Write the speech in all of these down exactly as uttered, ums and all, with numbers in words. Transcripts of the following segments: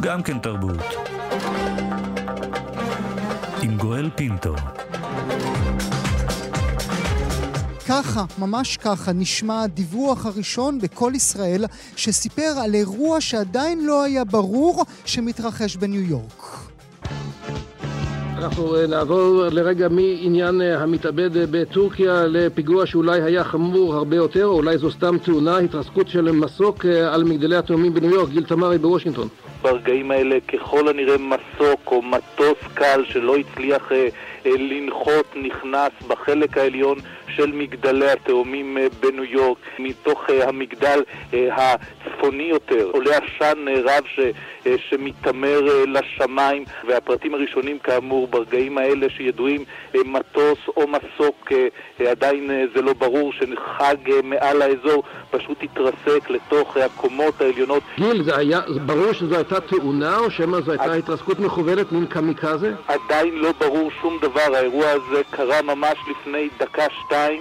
גם כן תרבות. עם גואל פינטו. ככה, ממש ככה, נשמע הדיווח הראשון בכל ישראל שסיפר על אירוע שעדיין לא היה ברור שמתרחש בניו יורק. אנחנו נעבור לרגע מעניין המתאבד בטורקיה לפיגוע שאולי היה חמור הרבה יותר, או אולי זו סתם תאונה, התרסקות של מסוק על מגדלי התאומים בניו יורק. גיל תמרי בוושינגטון. ברגעים האלה ככל הנראה מסוק או מטוס קל שלא הצליח אה, אה, לנחות נכנס בחלק העליון של מגדלי התאומים אה, בניו יורק. מתוך אה, המגדל אה, הצפוני יותר עולה עשן אה, רב ש, אה, שמתאמר אה, לשמיים, והפרטים הראשונים כאמור ברגעים האלה שידועים אה, מטוס או מסוק אה, אה, עדיין אה, זה לא ברור, שחג אה, מעל האזור פשוט התרסק לתוך אה, הקומות העליונות. גיל, זה היה ברור שזו הייתה תאונה או שמה זו הייתה התרסקות מכוונת מין קמיקזה? עדיין לא ברור שום דבר, האירוע הזה קרה ממש לפני דקה שתיים.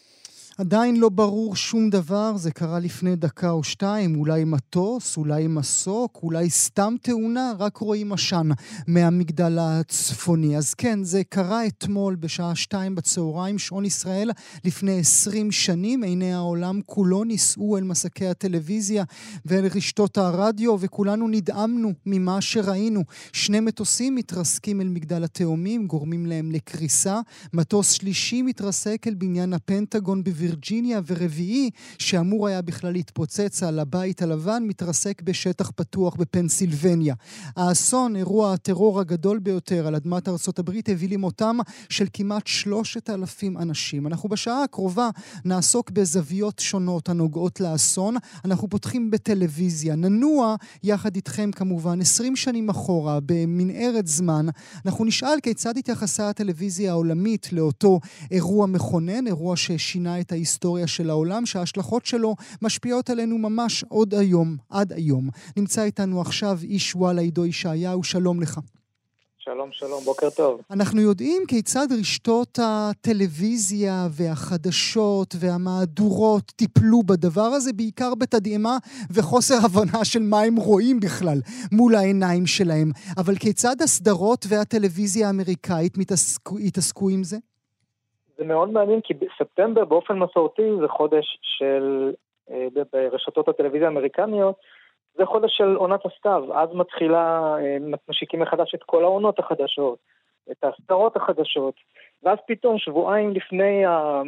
עדיין לא ברור שום דבר, זה קרה לפני דקה או שתיים, אולי מטוס, אולי מסוק, אולי סתם תאונה, רק רואים עשן מהמגדל הצפוני. אז כן, זה קרה אתמול בשעה שתיים בצהריים, שעון ישראל, לפני עשרים שנים, עיני העולם כולו ניסו אל מסקי הטלוויזיה ואל רשתות הרדיו, וכולנו נדאמנו ממה שראינו. שני מטוסים מתרסקים אל מגדל התאומים, גורמים להם לקריסה, מטוס שלישי מתרסק אל בניין הפנטגון בווירג'יניה, וירג'יניה, ורביעי שאמור היה בכלל להתפוצץ על הבית הלבן מתרסק בשטח פתוח בפנסילבניה. האסון, אירוע הטרור הגדול ביותר על אדמת ארצות הברית, הביא למותם של כמעט שלושת אלפים אנשים. אנחנו בשעה הקרובה נעסוק בזוויות שונות הנוגעות לאסון. אנחנו פותחים בטלוויזיה, ננוע יחד איתכם כמובן עשרים שנים אחורה במנהרת זמן. אנחנו נשאל כיצד התייחסה הטלוויזיה העולמית לאותו אירוע מכונן, אירוע ששינה את ההיסטוריה של העולם, שההשלכות שלו משפיעות עלינו ממש עוד היום, עד היום. נמצא איתנו עכשיו איש וואלה עידו ישעיהו, שלום לך. שלום, שלום, בוקר טוב. אנחנו יודעים כיצד רשתות הטלוויזיה והחדשות והמהדורות טיפלו בדבר הזה, בעיקר בתדהמה וחוסר הבנה של מה הם רואים בכלל מול העיניים שלהם. אבל כיצד הסדרות והטלוויזיה האמריקאית מתעסקו, התעסקו עם זה? זה מאוד מעניין, כי בספטמבר באופן מסורתי זה חודש של, ברשתות הטלוויזיה האמריקניות, זה חודש של עונת הסתיו. אז מתחילה, משיקים מחדש את כל העונות החדשות, את הסדרות החדשות, ואז פתאום שבועיים לפני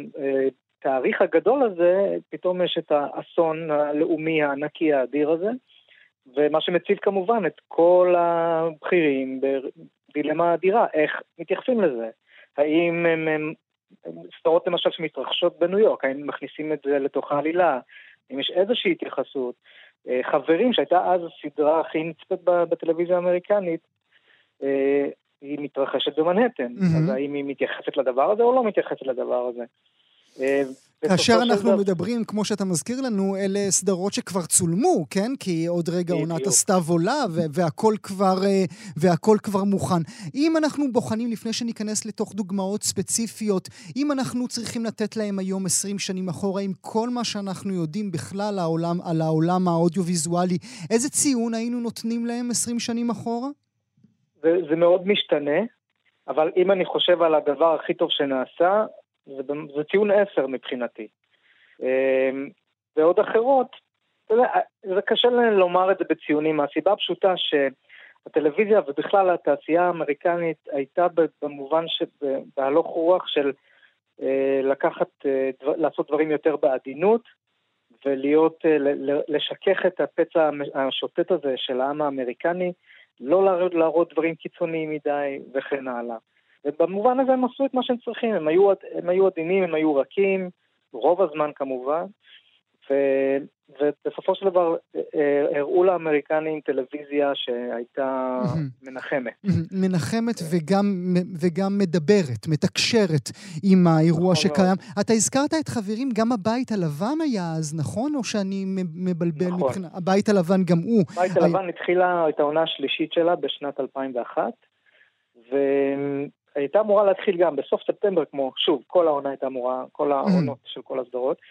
התאריך הגדול הזה, פתאום יש את האסון הלאומי הענקי האדיר הזה, ומה שמציב כמובן את כל הבחירים בדילמה אדירה, איך מתייחסים לזה? האם הם... הם סדרות למשל שמתרחשות בניו יורק, האם מכניסים את זה לתוך העלילה, אם יש איזושהי התייחסות. חברים, שהייתה אז הסדרה הכי נצפת בטלוויזיה האמריקנית, היא מתרחשת במנהטן. Mm-hmm. אז האם היא מתייחסת לדבר הזה או לא מתייחסת לדבר הזה? כאשר אנחנו דבר... מדברים, כמו שאתה מזכיר לנו, אלה סדרות שכבר צולמו, כן? כי עוד רגע עונת הסתיו עולה, והכל כבר, והכל כבר מוכן. אם אנחנו בוחנים, לפני שניכנס לתוך דוגמאות ספציפיות, אם אנחנו צריכים לתת להם היום עשרים שנים אחורה, עם כל מה שאנחנו יודעים בכלל העולם, על העולם האודיו-ויזואלי, איזה ציון היינו נותנים להם עשרים שנים אחורה? זה, זה מאוד משתנה, אבל אם אני חושב על הדבר הכי טוב שנעשה, זה, זה ציון עשר מבחינתי. ועוד אחרות, זה קשה לומר את זה בציונים, מהסיבה הפשוטה שהטלוויזיה ובכלל התעשייה האמריקנית הייתה במובן שבהלוך רוח של לקחת, לעשות דברים יותר בעדינות, ולהיות, לשכך את הפצע השוטט הזה של העם האמריקני, לא להראות, להראות דברים קיצוניים מדי וכן הלאה. ובמובן הזה הם עשו את מה שהם צריכים, הם היו, הם היו עדינים, הם היו רכים, רוב הזמן כמובן, ו, ובסופו של דבר הראו לאמריקנים טלוויזיה שהייתה מנחמת. מנחמת וגם, וגם מדברת, מתקשרת עם האירוע שקיים. אתה הזכרת את חברים, גם הבית הלבן היה אז, נכון? או שאני מבלבל מבחינה? הבית הלבן גם הוא. הבית הלבן התחילה את העונה השלישית שלה בשנת אלפיים ואחת, ו... הייתה אמורה להתחיל גם בסוף ספטמבר, כמו, שוב, כל העונה הייתה אמורה, כל העונות של כל הסדרות,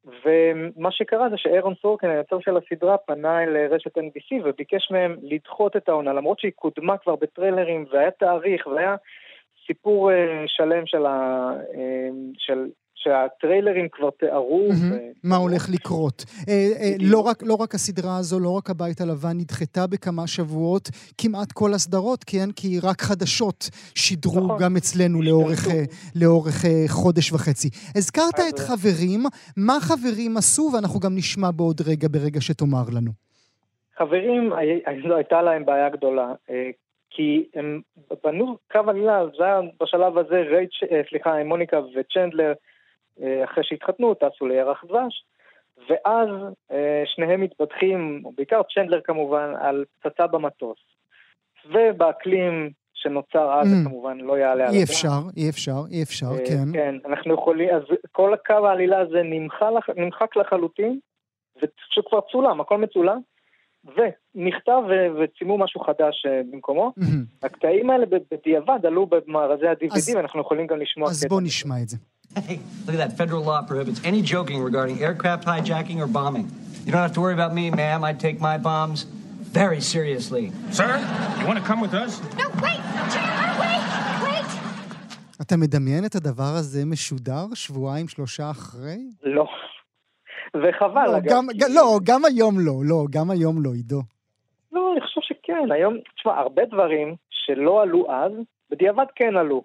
ומה שקרה זה שאירון סורקין, היוצר של הסדרה, פנה אל רשת אן בי סי וביקש מהם לדחות את העונה, למרות שהיא קודמה כבר בטריילרים, והיה תאריך, והיה סיפור שלם של ה... של... שהטריילרים כבר תיארו. מה הולך לקרות. לא רק הסדרה הזו, לא רק הבית הלבן, נדחתה בכמה שבועות, כמעט כל הסדרות, כי רק חדשות שידרו גם אצלנו לאורך חודש וחצי. הזכרת את חברים, מה חברים עשו, ואנחנו גם נשמע בעוד רגע, ברגע שתאמר לנו. חברים, הייתה להם בעיה גדולה, כי הם בנו קו עלילה, זה היה בשלב הזה, סליחה, מוניקה וצ'נדלר, אחרי שהתחתנו, טסו לירח דבש, ואז שניהם מתבדחים, בעיקר צ'נדלר כמובן, על פצצה במטוס. ובאקלים שנוצר אז, כמובן, לא יעלה על הדעת. אי אפשר, אי אפשר, אי אפשר, כן. כן, אנחנו יכולים, אז כל הקו העלילה הזה נמחק לחלוטין, וכבר צולם, הכל מצולם, ונכתב וצימו משהו חדש במקומו. הקטעים האלה בדיעבד עלו במארזי ה-די וי די, ואנחנו יכולים גם לשמוע... אז בוא נשמע את זה. Hey, look at that. Federal law prohibits any joking regarding aircraft hijacking or bombing. You don't have to worry about me, ma'am. I take my bombs very seriously. Sir, you want to come with us? No, wait! Chandler, wait! Wait! אתה מדמיין את הדבר הזה משודר שבועיים, שלושה אחרי? לא. וחבל, לא, אגב. גם, כי... לא, גם היום לא. לא, גם היום לא, עידו. לא, אני חושב שכן. היום, תשמע, הרבה דברים שלא עלו אז, בדיעבד כן עלו.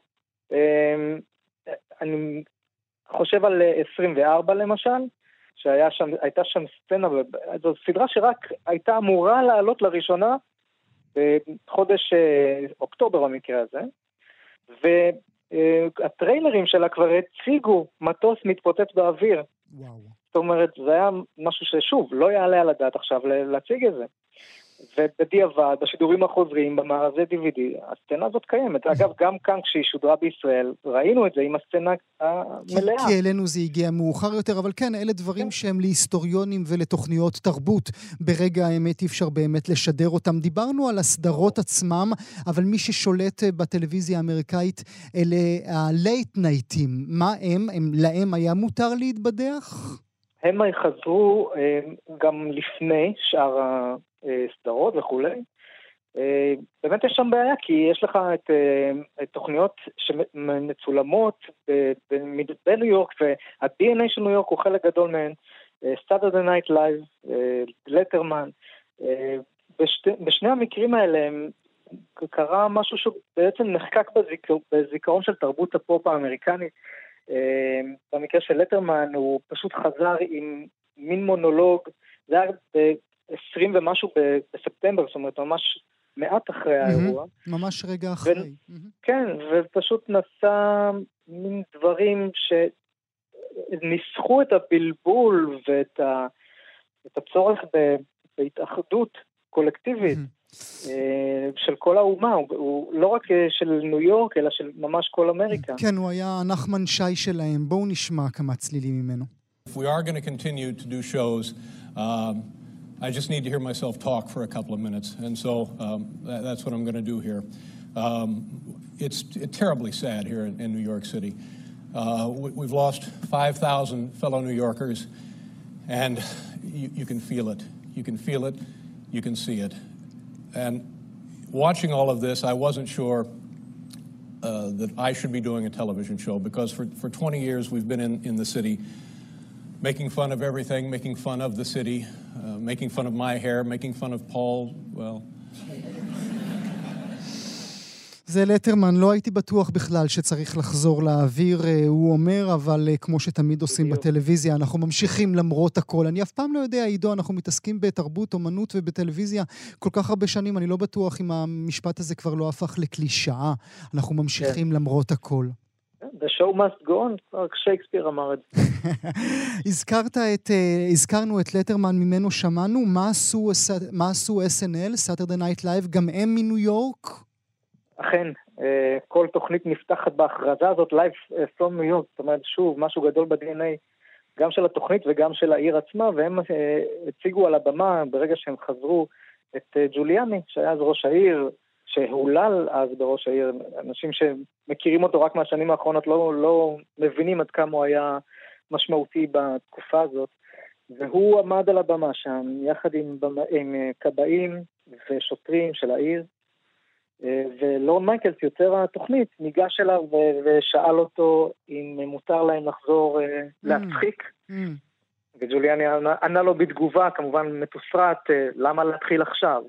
אני חושב על עשרים וארבע למשל, שהייתה שם סצנה, זו סדרה שרק הייתה אמורה לעלות לראשונה בחודש אוקטובר במקרה הזה, והטריילרים שלה כבר הציגו מטוס מתפוצץ באוויר. וואו. זאת אומרת, זה היה משהו ששוב, לא יעלה על הדעת עכשיו להציג את זה. ובדיעבד, בשידורים החוזרים, במארזי די וי די, הסצנה הזאת קיימת. אגב, גם כאן כשהיא שודרה בישראל, ראינו את זה עם הסצנה המלאה. כי אלינו זה הגיע מאוחר יותר, אבל כן, אלה דברים שהם להיסטוריונים ולתוכניות תרבות. ברגע האמת אי אפשר באמת לשדר אותם. דיברנו על הסדרות עצמם, אבל מי ששולט בטלוויזיה האמריקאית, אלה ה-late night'ים. מה הם? להם היה מותר להתבדח? הם חזרו גם לפני שאר ה... סדרות וכולי. באמת יש שם בעיה, כי יש לך את, את תוכניות שמצולמות בניו יורק, וה-די אן איי של ניו יורק הוא חלק גדול מהן, Saturday Night Live, לטרמן. בשתי, בשני המקרים האלה קרה משהו שבעצם נחקק בזיכר, בזיכרון של תרבות הפופ האמריקני. במקרה של לטרמן הוא פשוט חזר עם מין מונולוג, זה היה עשרים ומשהו בספטמבר, זאת אומרת, ממש מעט אחרי האירוע. ממש רגע אחרי. כן, ופשוט נשא מין דברים שניסחו את הבלבול ואת הצורך בהתאחדות קולקטיבית של כל האומה, הוא לא רק של ניו יורק, אלא של ממש כל אמריקה. כן, הוא היה נחמן שי שלהם. בואו נשמע כמה צלילים ממנו. If we are going to continue to do shows, um, I just need to hear myself talk for a couple of minutes, and so um, that, that's what I'm going to do here. Um, it's t- terribly sad here in, in New York City. Uh, we, we've lost five thousand fellow New Yorkers, and you, you can feel it. You can feel it. You can see it. And watching all of this, I wasn't sure uh, that I should be doing a television show, because for, for twenty years we've been in, in the city making fun of everything, making fun of the city, uh, making fun of my hair, making fun of Paul, well... זה לטרמן, לא הייתי בטוח בכלל שצריך לחזור לאוויר, הוא אומר, אבל כמו שתמיד עושים בטלוויזיה, אנחנו ממשיכים למרות הכל. אני אף פעם לא יודע, עידו, אנחנו מתעסקים בתרבות, אומנות ובטלוויזיה כל כך הרבה שנים, אני לא בטוח אם המשפט הזה כבר לא הפך לקלישאה. אנחנו ממשיכים למרות הכל. The show must go on, שייקספיר אמר את זה. הזכרת את, הזכרנו את לטרמן, ממנו שמענו, מה עשו, מה עשו אס אן אל, Saturday Night Live, גם הם מניו יורק? אכן, כל תוכנית נפתחת בהכרזה הזאת, Live from New York, זאת אומרת, שוב, משהו גדול ב-די אן איי, גם של התוכנית וגם של העיר עצמה, והם הציגו על הבמה, ברגע שהם חזרו, את ג'וליאני, שהיה אז ראש העיר, שהולל אז בראש העיר, אנשים שמכירים אותו רק מהשנים האחרונות לא, לא מבינים עד כמה הוא היה משמעותי בתקופה הזאת, והוא עמד על הבמה שם, יחד עם, עם קבעים ושוטרים של העיר, ולורן מייקלס, יוצר התוכנית, ניגש אליו ושאל אותו אם מותר להם לחזור להצחיק, mm. Mm. וג'וליאני ענה לו בתגובה, כמובן מתוסרט, למה להתחיל עכשיו?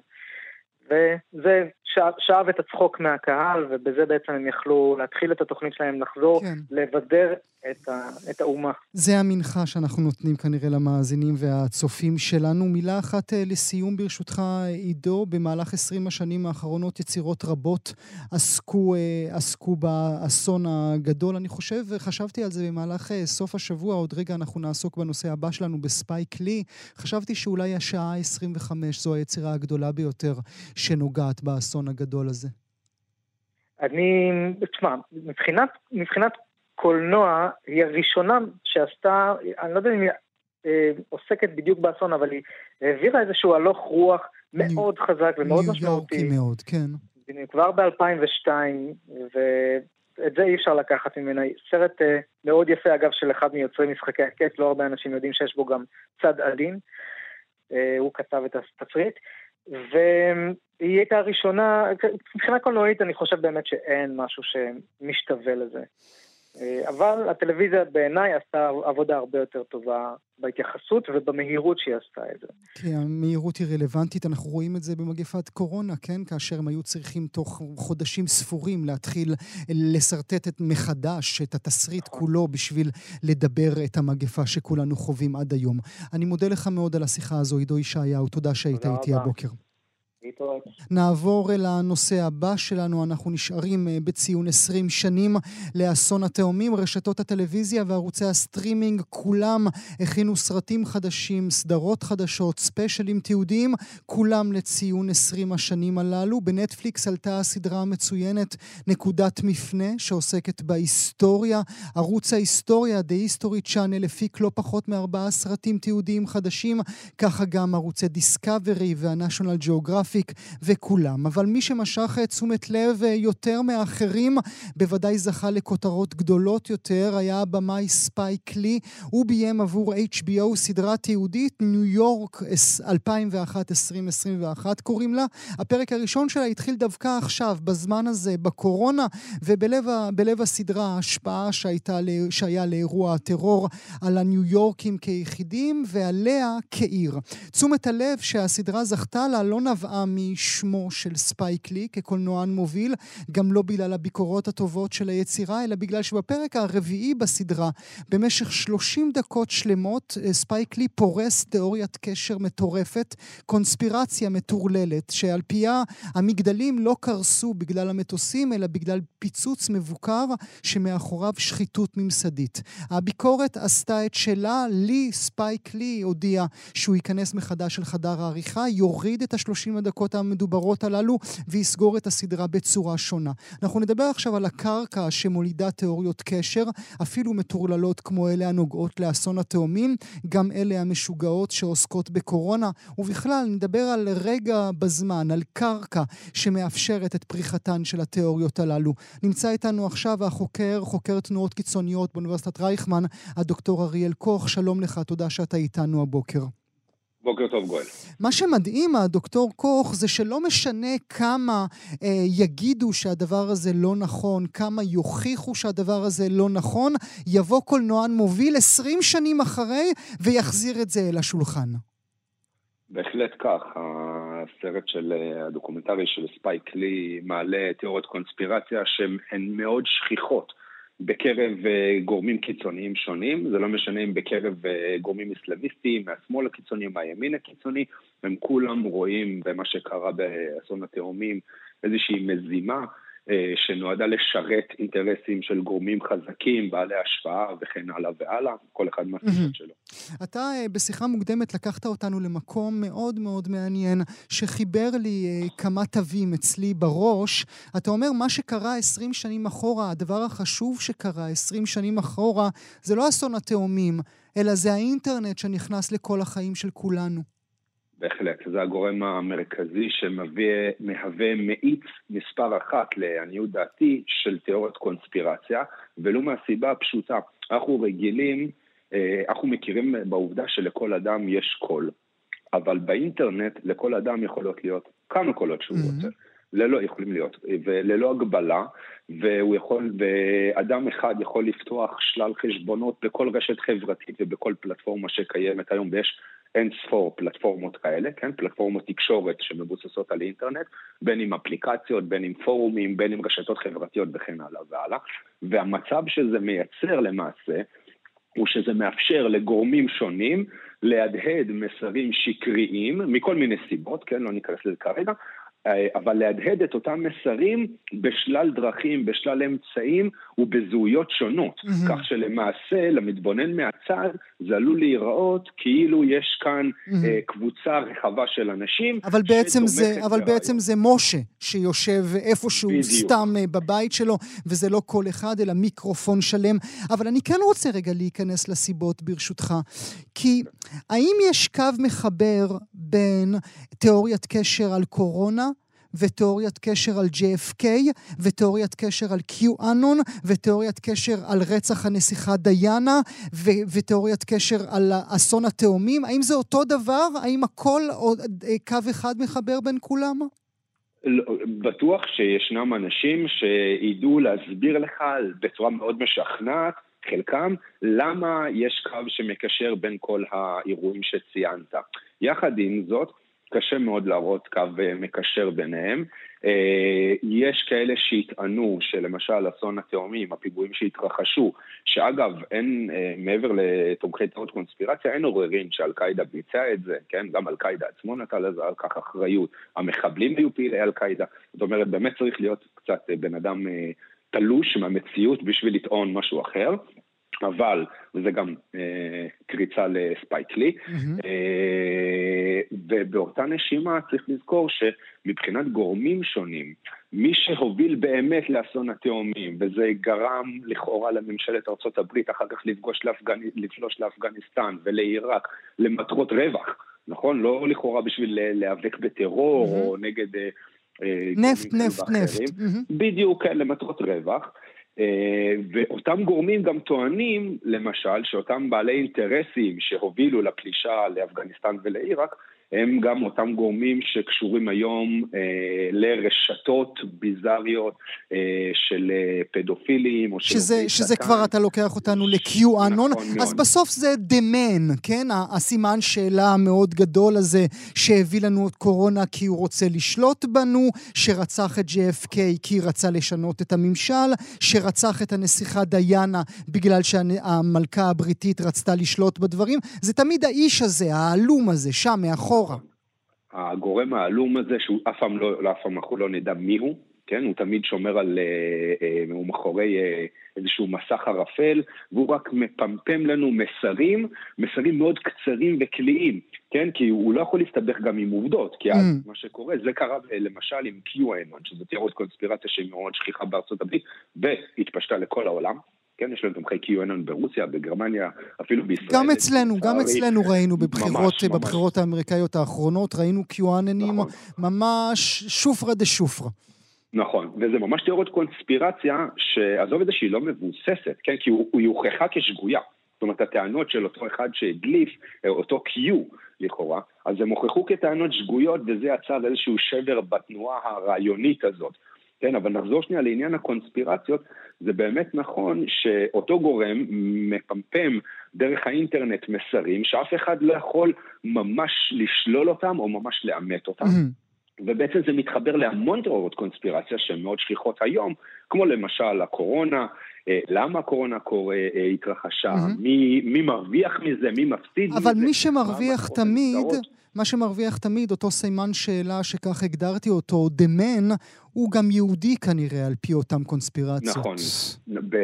וזה שאב את הצחוק מהקהל, ובזה בעצם הם יכלו להתחיל את התוכנית שלהם, לחזור, כן. לבדר את, ה, את האומה. זה המנחה שאנחנו נותנים כנראה למאזינים והצופים שלנו. מילה אחת לסיום ברשותך, עידו, במהלך עשרים השנים האחרונות יצירות רבות עסקו, עסקו באסון הגדול. אני חושב, חשבתי על זה במהלך סוף השבוע, עוד רגע אנחנו נעסוק בנושא הבא שלנו בספייק לי. חשבתי שאולי השעה עשרים וחמש זו היצירה הגדולה ביותר שנוגעת באסון הגדול הזה. אני, תשמע, מבחינת, מבחינת קולנוע, היא הראשונה שעשתה, אני לא יודע אם היא אה, עוסקת בדיוק באסון, אבל היא העבירה איזשהו הלוך רוח מאוד ניו, חזק ומאוד משמעותי. ניו יורקי מאוד, כן. כבר ב-אלפיים ושתיים, ואת זה אי אפשר לקחת ממנה. סרט אה, מאוד יפה, אגב, של אחד מיוצרי משחקי הכס, לא הרבה אנשים יודעים שיש בו גם צד עדין. אה, הוא כתב את התסריט. והיא הייתה הראשונה, מבחינה קולנועית אני חושב באמת שאין משהו שמשתווה לזה. אבל הטלוויזיה בעיניי עשתה עבודה הרבה יותר טובה בהתייחסות ובמהירות שהיא עשתה את זה. כי המהירות היא רלוונטית, אנחנו רואים את זה במגפת קורונה, כן? כאשר הם היו צריכים תוך חודשים ספורים להתחיל לסרטט את מחדש, את התסריט כולו בשביל לדבר את המגפה שכולנו חווים עד היום. אני מודה לך מאוד על השיחה הזו, עידו ישעיהו, תודה שהיית איתי הבוקר. נעבור אל הנושא הבא שלנו, אנחנו נשארים בציון עשרים שנים לאסון התאומים. רשתות הטלוויזיה וערוצי הסטרימינג כולם הכינו סרטים חדשים, סדרות חדשות, ספיישלים תיעודיים, כולם לציון עשרים השנים הללו. בנטפליקס עלתה הסדרה המצוינת נקודת מפנה שעוסקת בהיסטוריה. ערוץ ההיסטוריה, The History Channel, הפיק לא פחות מארבעה סרטים תיעודיים חדשים, ככה גם ערוצי דיסקאברי והנשיונל ג'אוגרפיק וכולם. אבל מי שמשך תשומת לב יותר מאחרים, בוודאי זכה לכותרות גדולות יותר, היה הבמאי ספייק לי. הוא ביים עבור אייץ' בי או סדרה תיעודית, ניו יורק אלפיים ואחת עשרים עשרים ואחת קוראים לה. הפרק הראשון שלה התחיל דווקא עכשיו, בזמן הזה, בקורונה, ובלב בלב הסדרה ההשפעה שהייתה, שהיה לאירוע הטרור על הניו יורקים כיחידים ועליה כעיר. תשומת הלב שהסדרה זכתה לה לא נבעה משמו של ספייק לי כקולנוען מוביל, גם לא בגלל הביקורות הטובות של היצירה, אלא בגלל שבפרק הרביעי בסדרה, במשך שלושים דקות שלמות, ספייק לי פורס תיאוריית קשר מטורפת, קונספירציה מטורללת, שעל פיה המגדלים לא קרסו בגלל המטוסים, אלא בגלל פיצוץ מבוקר שמאחוריו שחיתות ממסדית. הביקורת עשתה את שלה, לי, ספייק לי הודיע שהוא ייכנס מחדש אל חדר העריכה, יוריד את השלושים הדקות המדוברות הללו ויסגור את הסדרה בצורה שונה. אנחנו נדבר עכשיו על הקרקע שמולידה תיאוריות קשר, אפילו מטורללות כמו אלה הנוגעות לאסון התאומים, גם אלה המשוגעות שעוסקות בקורונה, ובכלל נדבר על רגע בזמן, על קרקע שמאפשרת את פריחתן של התיאוריות הללו. נמצא איתנו עכשיו החוקר, חוקר תנועות קיצוניות באוניברסיטת רייכמן, הדוקטור אריאל קוך. שלום לך, תודה שאתה איתנו הבוקר. בוקר טוב גואל. מה שמדהים, הדוקטור קוך, זה שלא משנה כמה אה, יגידו שהדבר הזה לא נכון, כמה יוכיחו שהדבר הזה לא נכון, יבוא קולנוען מוביל עשרים שנים אחרי ויחזיר את זה אל השולחן. בהחלט כך. הסרט של הדוקומנטרי של ספייק לי מעלה תיאוריות קונספירציה שהן מאוד שכיחות בקרב גורמים קיצוניים שונים. זה לא משנה אם בקרב גורמים אסלאמיסטיים, מהשמאל הקיצוני, מהימין הקיצוני, הם כולם רואים במה שקרה באסון התאומים איזושהי מזימה שנועדה לשרת אינטרסים של גורמים חזקים, בעלי השפעה וכן הלאה והלאה, כל אחד מהסיבות שלו. אתה בשיחה מוקדמת לקחת אותנו למקום מאוד מאוד מעניין, שחיבר לי כמה תווים אצלי בראש. אתה אומר, מה שקרה עשרים שנים אחורה, הדבר החשוב שקרה עשרים שנים אחורה, זה לא אסון התאומים, אלא זה האינטרנט שנכנס לכל החיים של כולנו. בהחלט, זה הגורם המרכזי שמהווה מאיץ מספר אחת לעניות דעתי של תיאוריות קונספירציה, ולא מהסיבה הפשוטה. אנחנו רגילים אנחנו מכירים בעובדה שלכל אדם יש קול, אבל באינטרנט לכל אדם יכולות להיות כמה קולות שהוא mm-hmm. רוצה. ללא, יכולים להיות, וללא הגבלה, והוא יכול, ואדם אחד יכול לפתוח שלל חשבונות בכל רשת חברתית ובכל פלטפורמה שקיימת היום, ויש אין ספור פלטפורמות כאלה, כן? פלטפורמות תקשורת שמבוססות על אינטרנט, בין עם אפליקציות, בין עם פורומים, בין עם רשתות חברתיות וכן הלאה והלאה, והמצב שזה מייצר למעשה, הוא שזה מאפשר לגורמים שונים להדהד מסרים שקריים, מכל מיני סיבות, כן? לא ניכנס לזה כרגע, אבל להדהד את אותם מסרים בשלל דרכים, בשלל אמצעים ובזהויות שונות, mm-hmm. כך שלמעשה למתבונן מהצד זה עלול להיראות כאילו יש כאן mm-hmm. uh, קבוצה רחבה של אנשים. אבל בעצם זה, אבל בעצם זה משה שיושב איפשהו בדיוק. סתם בבית שלו, וזה לא כל אחד אלא מיקרופון שלם. אבל אני כן רוצה רגע להיכנס לסיבות ברשותך, כי האם יש קו מחבר בין תיאוריית קשר על קורונה ותיאוריית קשר על ג'יי אף קיי, ותיאוריית קשר על QAnon, ותיאוריית קשר על רצח הנסיכה דיאנה, ו- ותיאוריית קשר על אסון התאומים? האם זה אותו דבר? האם הכל או קו אחד מחבר בין כולם? בטוח שישנם אנשים שידעו להסביר לך בצורה מאוד משכנעת, חלקם, למה יש קו שמקשר בין כל האירועים שציינת. יחד עם זאת, קשה מאוד להראות קו מקשר ביניהם. יש כאלה שהטענו שלמשל אסון התאומים, הפיגועים שהתרחשו, שאגב, אין, מעבר לתומכי תיאוריות קונספירציה, אין עוררין שאל-קאידה ביצע את זה, כן? גם אל-קאידה עצמו נטל על כך אחריות. המחבלים היו פעילי אל-קאידה. זאת אומרת, באמת צריך להיות קצת בן אדם תלוש מהמציאות בשביל לטעון משהו אחר. אבל, וזה גם אה, קריצה לספייק לי, mm-hmm. אה, ובאותה נשימה צריך לזכור שמבחינת גורמים שונים, מי שהוביל באמת לאסון התאומים, וזה גרם לכאורה לממשלת ארצות הברית, אחר כך לפגוש לאפגנ... לפלוש לאפגניסטן ולעיראק, למטרות רווח, נכון? לא לכאורה בשביל להיאבק בטרור, mm-hmm. או נגד... אה, נפט, נפט, נפט. Mm-hmm. בדיוק, למטרות רווח. ואותם גורמים גם טוענים, למשל, שאותם בעלי אינטרסים שהובילו לפלישה לאפגניסטן ולעיראק, הם גם אותם גורמים שקשורים היום אה, לרשתות ביזריות אה, של פדופילים. או שזה, שזה כבר אתה לוקח אותנו ל-QAnon, נכון, אז מאוד. בסוף זה דמן, כן? הסימן שאלה המאוד גדול הזה שהביא לנו את קורונה כי הוא רוצה לשלוט בנו, שרצח את ג'יי אף קיי כי רצה לשנות את הממשל, שרצח את הנסיכה דיאנה בגלל שהמלכה הבריטית רצתה לשלוט בדברים. זה תמיד האיש הזה, העלום הזה, שם מאחור. הגורם העלום הזה, שהוא אף פעם לא, אף פעם אנחנו לא נדע מי הוא, כן? הוא תמיד שומר על, הוא מאחורי איזשהו מסך ערפל, והוא רק מפמפם לנו מסרים, מסרים מאוד קצרים וקליעים, כן? כי הוא לא יכול להסתבך גם עם עובדות, כי אז mm. מה שקורה, זה קרה למשל עם QAnon, שזה תיאוריות קונספירציה שהיא מאוד שכיחה בארצות הברית, והתפשטה לכל העולם. כן, יש לנו תומכי QAnon ברוסיה, בגרמניה, אפילו בישראל. גם אצלנו, גם אצלנו ראינו בבחירות, בבחירות האמריקאיות האחרונות, ראינו QAnונים ממש שופרה דה שופרה. נכון, וזה ממש תיאוריות קונספירציה, שעזוב את זה שהיא לא מבוססת, כן, כי הוא יוכחה כשגויה. זאת אומרת, הטענות של אותו אחד שהדליף, אותו Q לכאורה, אז הם הוכחו כטענות שגויות, וזה יצר איזשהו שבר בתנועה הרעיונית הזאת. כן, אבל נחזור שנייה לעניין הקונספירציות, זה באמת נכון שאותו גורם מפמפם דרך האינטרנט מסרים, שאף אחד לא יכול ממש לשלול אותם או ממש לאמת אותם. Mm-hmm. ובעצם זה מתחבר להמון תיאוריות קונספירציה שהן מאוד שכיחות היום, כמו למשל הקורונה, למה הקורונה קורה, התרחשה, mm-hmm. מי, מי מרוויח מזה, מי מפסיד אבל מזה. אבל מי שמרוויח תמיד... מה שמרוויח תמיד, אותו סימן שאלה שכך הגדרתי אותו, דמן, הוא גם יהודי כנראה על פי אותם קונספירציות. נכון. ב...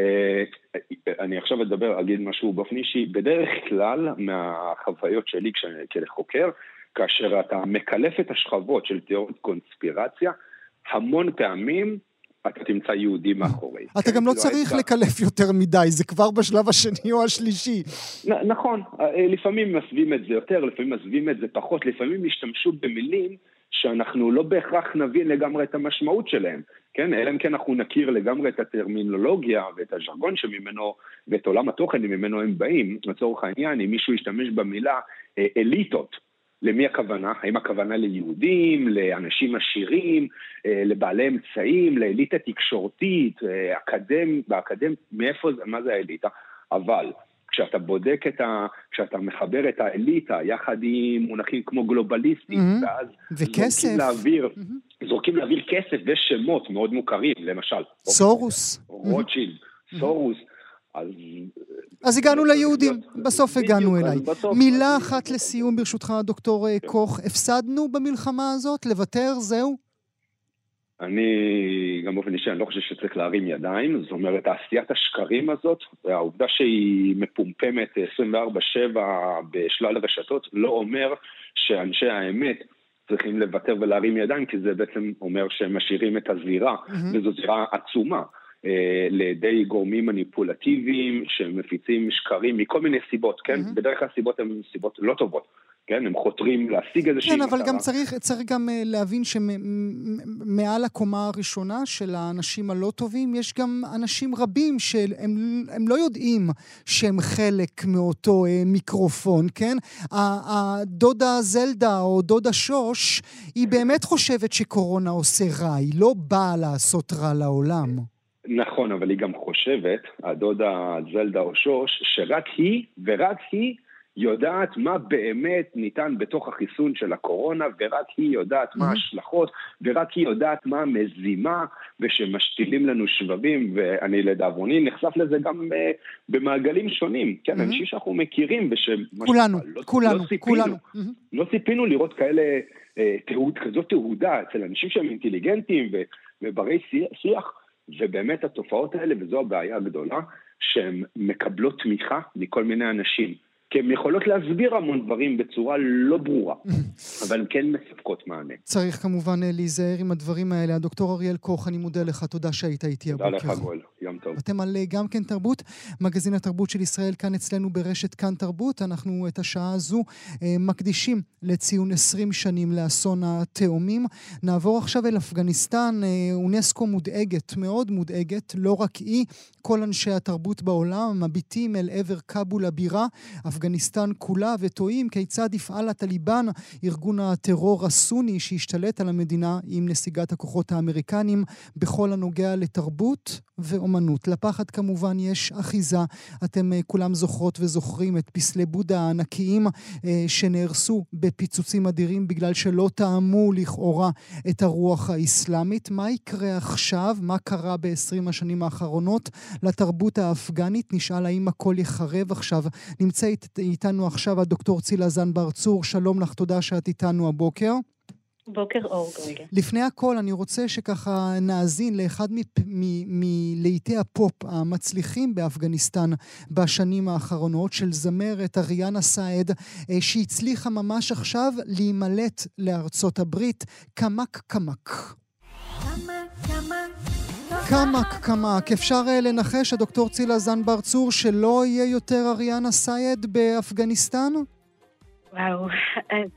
אני עכשיו אדבר, אגיד משהו באופן אישי, בדרך כלל מהחוויות שלי כחוקר, כאשר אתה מקלף את השכבות של תיאוריות קונספירציה, המון פעמים אתה תמצא יהודי מאחורי. אתה גם לא צריך לקלף יותר מדי, זה כבר בשלב השני או השלישי. נכון, לפעמים מסבים את זה יותר, לפעמים מסבים את זה פחות, לפעמים השתמשו במילים שאנחנו לא בהכרח נבין לגמרי את המשמעות שלהם, כן? אלא אם כן אנחנו נכיר לגמרי את הטרמינולוגיה ואת הז'רגון שממנו, ואת עולם התוכן ממנו הם באים. לצורך העניין, אם מישהו ישתמש במילה אליטות, למי הכוונה? האם הכוונה ליהודים, לאנשים עשירים, לבעלי אמצעים, לאליטה תקשורתית, אקדמ, באקדמ, מאיפה, מה זה האליטה? אבל כשאתה בודק את ה... כשאתה מחבר את האליטה יחד עם מונחים כמו גלובליסטים, mm-hmm. ואז וכסף. זורקים לאוויר, mm-hmm. זורקים לאוויר כסף ושמות מאוד מוכרים, למשל. סורוס. רוטשילד, mm-hmm. סורוס. אז... אז הגענו ליהודים, בסוף הגענו אליי. מילה אחת לסיום ברשותך, דוקטור קוך, הפסדנו במלחמה הזאת? לוותר? זהו? אני, גם באופן אישי, אני לא חושב שצריך להרים ידיים, זאת אומרת, עשיית השקרים הזאת, והעובדה שהיא מפומפמת עשרים וארבע שבע בשלל הרשתות, לא אומר שאנשי האמת צריכים לוותר ולהרים ידיים, כי זה בעצם אומר שהם משאירים את הזירה, mm-hmm. וזו זירה עצומה, לידי גורמים מניפולטיביים שמפיצים שקרים מכל מיני סיבות, כן? Mm-hmm. בדרך כלל סיבות הן סיבות לא טובות. כן, הם חותרים להשיג איזושהי כן, מטרה. אבל גם צריך, צריך גם להבין שמעל הקומה הראשונה של האנשים הלא טובים, יש גם אנשים רבים שהם הם לא יודעים שהם חלק מאותו מיקרופון, כן? הדודה זלדה או דודה שוש, היא באמת חושבת שקורונה עושה רע, היא לא באה לעשות רע לעולם. נכון, אבל היא גם חושבת, הדודה זלדה או שוש, שרק היא ורק היא יודעת מה באמת ניתן בתוך החיסון של הקורונה, ורק היא יודעת מה ההשלכות, ורק היא יודעת מה המזימה, ושמשתילים לנו שבבים, ואני לדאבוני נחשף לזה גם במעגלים שונים, כן, אנשים שאנחנו מכירים, כולנו, כולנו, כולנו. לא ציפינו לראות כאלה, כזאת תהודה אצל אנשים שהם אינטליגנטים וברי שיח, ובאמת התופעות האלה, וזו הבעיה הגדולה, שהן מקבלות תמיכה מכל מיני אנשים. כי הן יכולות להסביר המון דברים בצורה לא ברורה, אבל כן מספקות מענה. צריך כמובן להיזהר עם הדברים האלה. הדוקטור אריאל קוך, אני מודה לך, תודה שהיית איתי הבוקר. תודה לך גול, יום טוב. אתם על גם כן תרבות, מגזין התרבות של ישראל כאן אצלנו ברשת כאן תרבות. אנחנו את השעה הזו מקדישים לציון עשרים שנים לאסון התאומים. נעבור עכשיו אל אפגניסטן. אונסקו מודאגת, מאוד מודאגת, לא רק היא, כל אנשי התרבות בעולם מביטים אל עבר קאבול הבירה, אפגניסטן כולה, וטועים כיצד יפעל הטליבן, ארגון הטרור הסוני שהשתלט על המדינה עם נסיגת הכוחות האמריקנים בכל הנוגע לתרבות ואומנות. לפחד כמובן יש אחיזה. אתם כולם זוכרות וזוכרים את פסלי בודה הענקיים שנהרסו בפיצוצים אדירים בגלל שלא טעמו לכאורה את הרוח האסלאמית. מה יקרה עכשיו? מה קרה ב-עשרים השנים האחרונות לתרבות האפגנית? נשאל האם הכל יחרב עכשיו. נמצא איתנו עכשיו הדוקטור צילה זנבר צור. שלום לך, תודה שאת איתנו הבוקר. בוקר אור גוילה. לפני הכל אני רוצה שככה נאזין לאחד מלהיטי הפופ המצליחים באפגניסטן בשנים האחרונות, של זמרת אריאנה סעד, שהצליחה ממש עכשיו להימלט לארצות הברית. קמק קמק. קמק קמק. אפשר לנחש, הדוקטור צילה זנבר צור, שלא יהיה יותר אריאנה סעד באפגניסטן? וואו, אז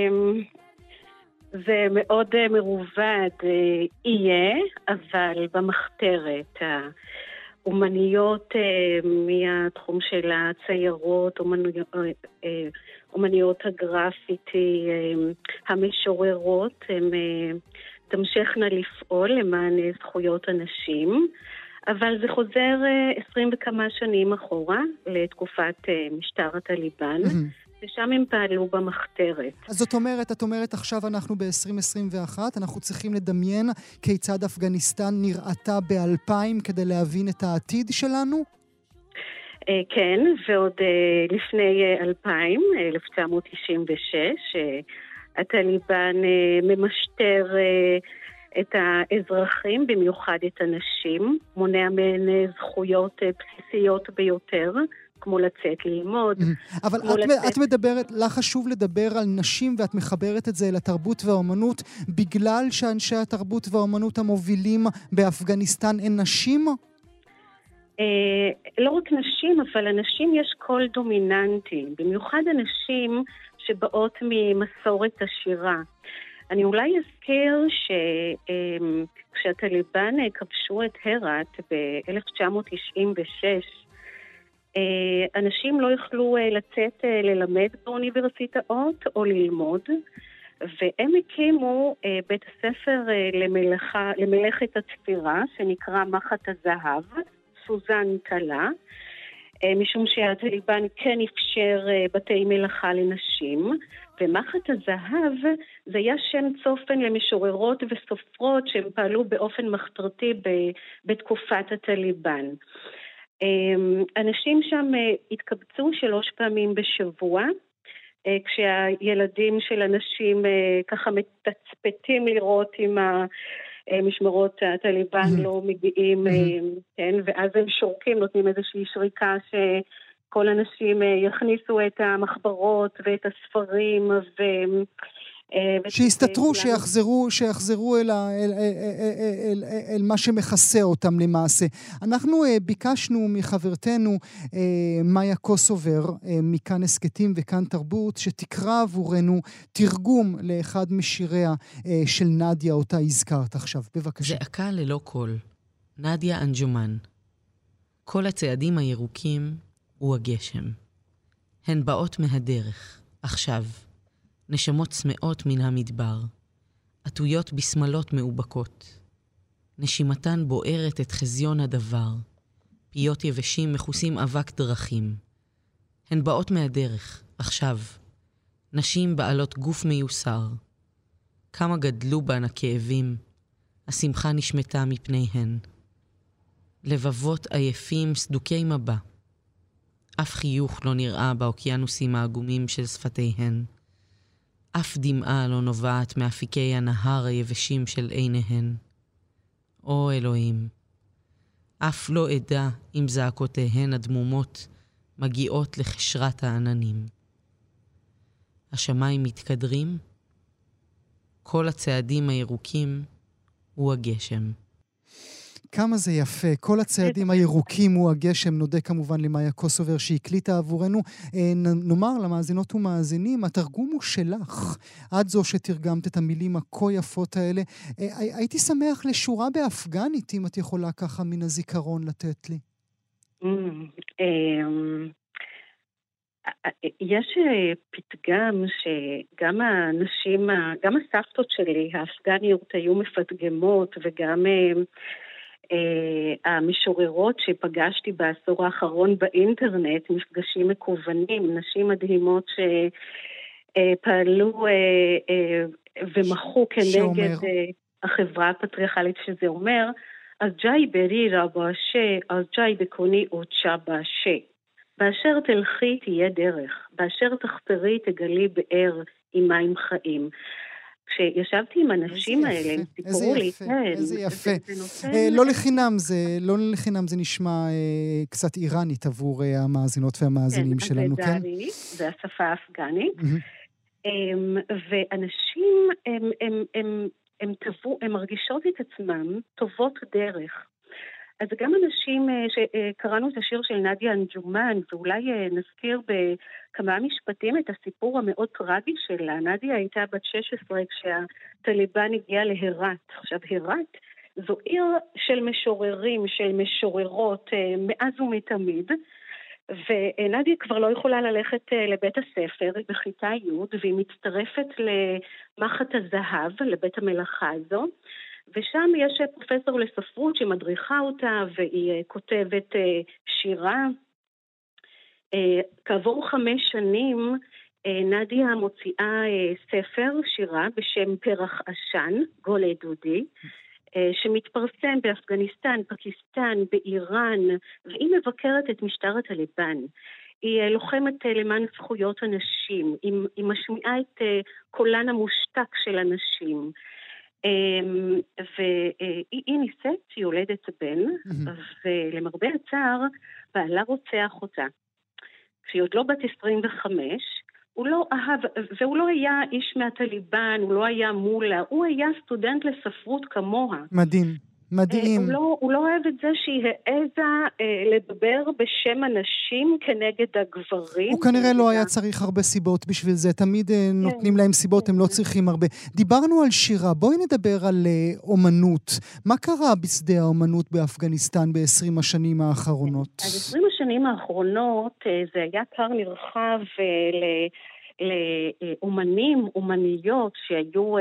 זה מאוד מרובד יהיה, אבל במחתרת האומניות מהתחום של הציירות, אומניות הגרפיטי, המשוררות, הן תמשכנה לפעול למען זכויות אנשים, אבל זה חוזר עשרים וכמה שנים אחורה לתקופת משטר הטליבן, ושם הם פעלו במחתרת. אז זאת אומרת, את אומרת עכשיו אנחנו ב-עשרים עשרים ואחת, אנחנו צריכים לדמיין כיצד אפגניסטן נראתה ב-אלפיים כדי להבין את העתיד שלנו? כן, ועוד לפני אלפיים, אלף תשע מאות תשעים ושש, הטליבן ממשטר את האזרחים, במיוחד את הנשים, מונע מהן זכויות בסיסיות ביותר, כמו לצאת ללמוד. אבל את, לצאת... את מדברת, לך חשוב לדבר על נשים, ואת מחברת את זה לתרבות והאומנות, בגלל שאנשי התרבות והאומנות המובילים באפגניסטן הן נשים? אה, לא רק נשים, אבל אנשים יש קול דומיננטי, במיוחד אנשים שבאות ממסורת השירה. אני אולי אזכיר שכשהטליבן כבשו את הרת ב-אלף תשע מאות תשעים ושש, אנשים לא יכלו לצאת ללמד באוניברסיטאות או ללמוד, והם הקימו בית הספר למלאכה, למלאכת הצפירה, שנקרא מחט הזהב, סוזן תלה, משום שהטליבן כן אפשר בתי מלאכה לנשים, ומחט הזהב זה היה שם צופן למשוררות וסופרות שהם פעלו באופן מחתרתי בתקופת הטליבן. אנשים שם התקבצו שלוש פעמים בשבוע, כשהילדים של אנשים ככה מתצפתים לראות אם המשמרות הטליבן לא מגיעים, כן, ואז הם שורקים, נותנים איזושהי שריקה שכל אנשים יכניסו את המחברות ואת הספרים ו... שיסתתרו, שיחזרו, שיחזרו אל, ה, אל, אל, אל, אל מה שמכסה אותם למעשה. אנחנו ביקשנו מחברתנו מאיה קוסובר, מכאן הסקטים וכאן תרבות, שתקרא עבורנו תרגום לאחד משיריה של נדיה, אותה הזכרת עכשיו. בבקשה. זעקה ללא קול. נדיה אנג'ומן. כל הצעדים הירוקים הוא הגשם. הן באות מהדרך, עכשיו. נשמות צמאות מן המדבר, עטויות בסמלות מאובקות. נשימתן בוערת את חזיון הדבר, פיות יבשים מכוסים אבק דרכים. הן באות מהדרך, עכשיו. נשים בעלות גוף מיוסר. כמה גדלו בהן הכאבים, השמחה נשמתה מפניהן. לבבות עייפים סדוקי מבע. אף חיוך לא נראה באוקיינוסים העגומים של שפתיהן. אף דמעה לא נובעת מאפיקי הנהר היבשים של עיניהן. או אלוהים, אף לא עדה אם זעקותיהן הדמומות מגיעות לחשרת העננים. השמיים מתקדרים, כל הצעדים הירוקים הוא הגשם. כמה זה יפה, כל הצעדים הירוקים הוא הגשם, נודה כמובן למאיה קוסובר שהקליטה עבורנו. נאמר למאזינות ומאזינים, התרגום הוא שלך, עד זו שתרגמת את המילים הכה יפות האלה. הייתי שמח לשורה באפגנית, אם את יכולה ככה מן הזיכרון לתת לי. יש פתגם שגם האנשים, גם הסבתות שלי, האפגניות היו מפתגמות, וגם המשוררות שפגשתי בעשור האחרון באינטרנט, מפגשים מקוונים, נשים מדהימות שפעלו ומחו כנגד החברה הפטריארכלית, שזה אומר, אז ג'אי ברי רבאשה, אז ג'אי בקוני אוצ'ה באשה. באשר תלכי תהיה דרך, באשר תחפרי תגלי באר עם מים חיים. כשישבתי עם האנשים האלה, הם סיפרו לי, איזה יפה. לא לחינם זה, לא לחינם זה נשמע קצת איראנית עבור המאזינות והמאזינים שלנו, כן? זה השפה האפגנית. ואנשים, הם מרגישות את עצמם טובות דרך. אז גם אנשים שקראנו את השיר של נדיה אנג'ומן, ואולי נזכיר בכמה משפטים את הסיפור המאוד טרגי שלה. נדיה הייתה בת שש עשרה כשהטליבן הגיע להרת. עכשיו, הרת זו עיר של משוררים, של משוררות, מאז ומתמיד, ונדיה כבר לא יכולה ללכת לבית הספר בכיתה י', והיא מצטרפת למחט הזהב, לבית המלאכה הזו, ושם יש פרופסור לספרות שמדריכה אותה, והיא כותבת שירה. כעבור חמש שנים, נדיה מוציאה ספר שירה בשם פרח עשן, גולה דודי, שמתפרסם באפגניסטן, פקיסטן, באיראן, והיא מבקרת את משטר הטליבן. היא לוחמת למען זכויות הנשים, היא משמיעה את קולן המושתק של הנשים. והיא נישאת, היא יולדת בן, ולמרבה הצער, בעלה רוצח אותה. כשהיא עוד לא בת עשרים וחמש, הוא לא אהב, והוא לא היה איש מהטליבן, הוא לא היה מולה, הוא היה סטודנט לספרות כמוה. מדהים. מדהים. הוא לא, הוא לא אוהב את זה שהיא העזה אה, לדבר בשם הנשים כנגד הגברים. הוא כנראה לא היה צריך הרבה סיבות בשביל זה. תמיד אה, נותנים להם סיבות, הם לא צריכים הרבה. דיברנו על שירה, בואי נדבר על אה, אומנות. מה קרה בשדה האומנות באפגניסטן ב-עשרים השנים האחרונות? אז עשרים השנים האחרונות אה, זה היה קר נרחב אה, ל... לאומנים, אומניות שהיו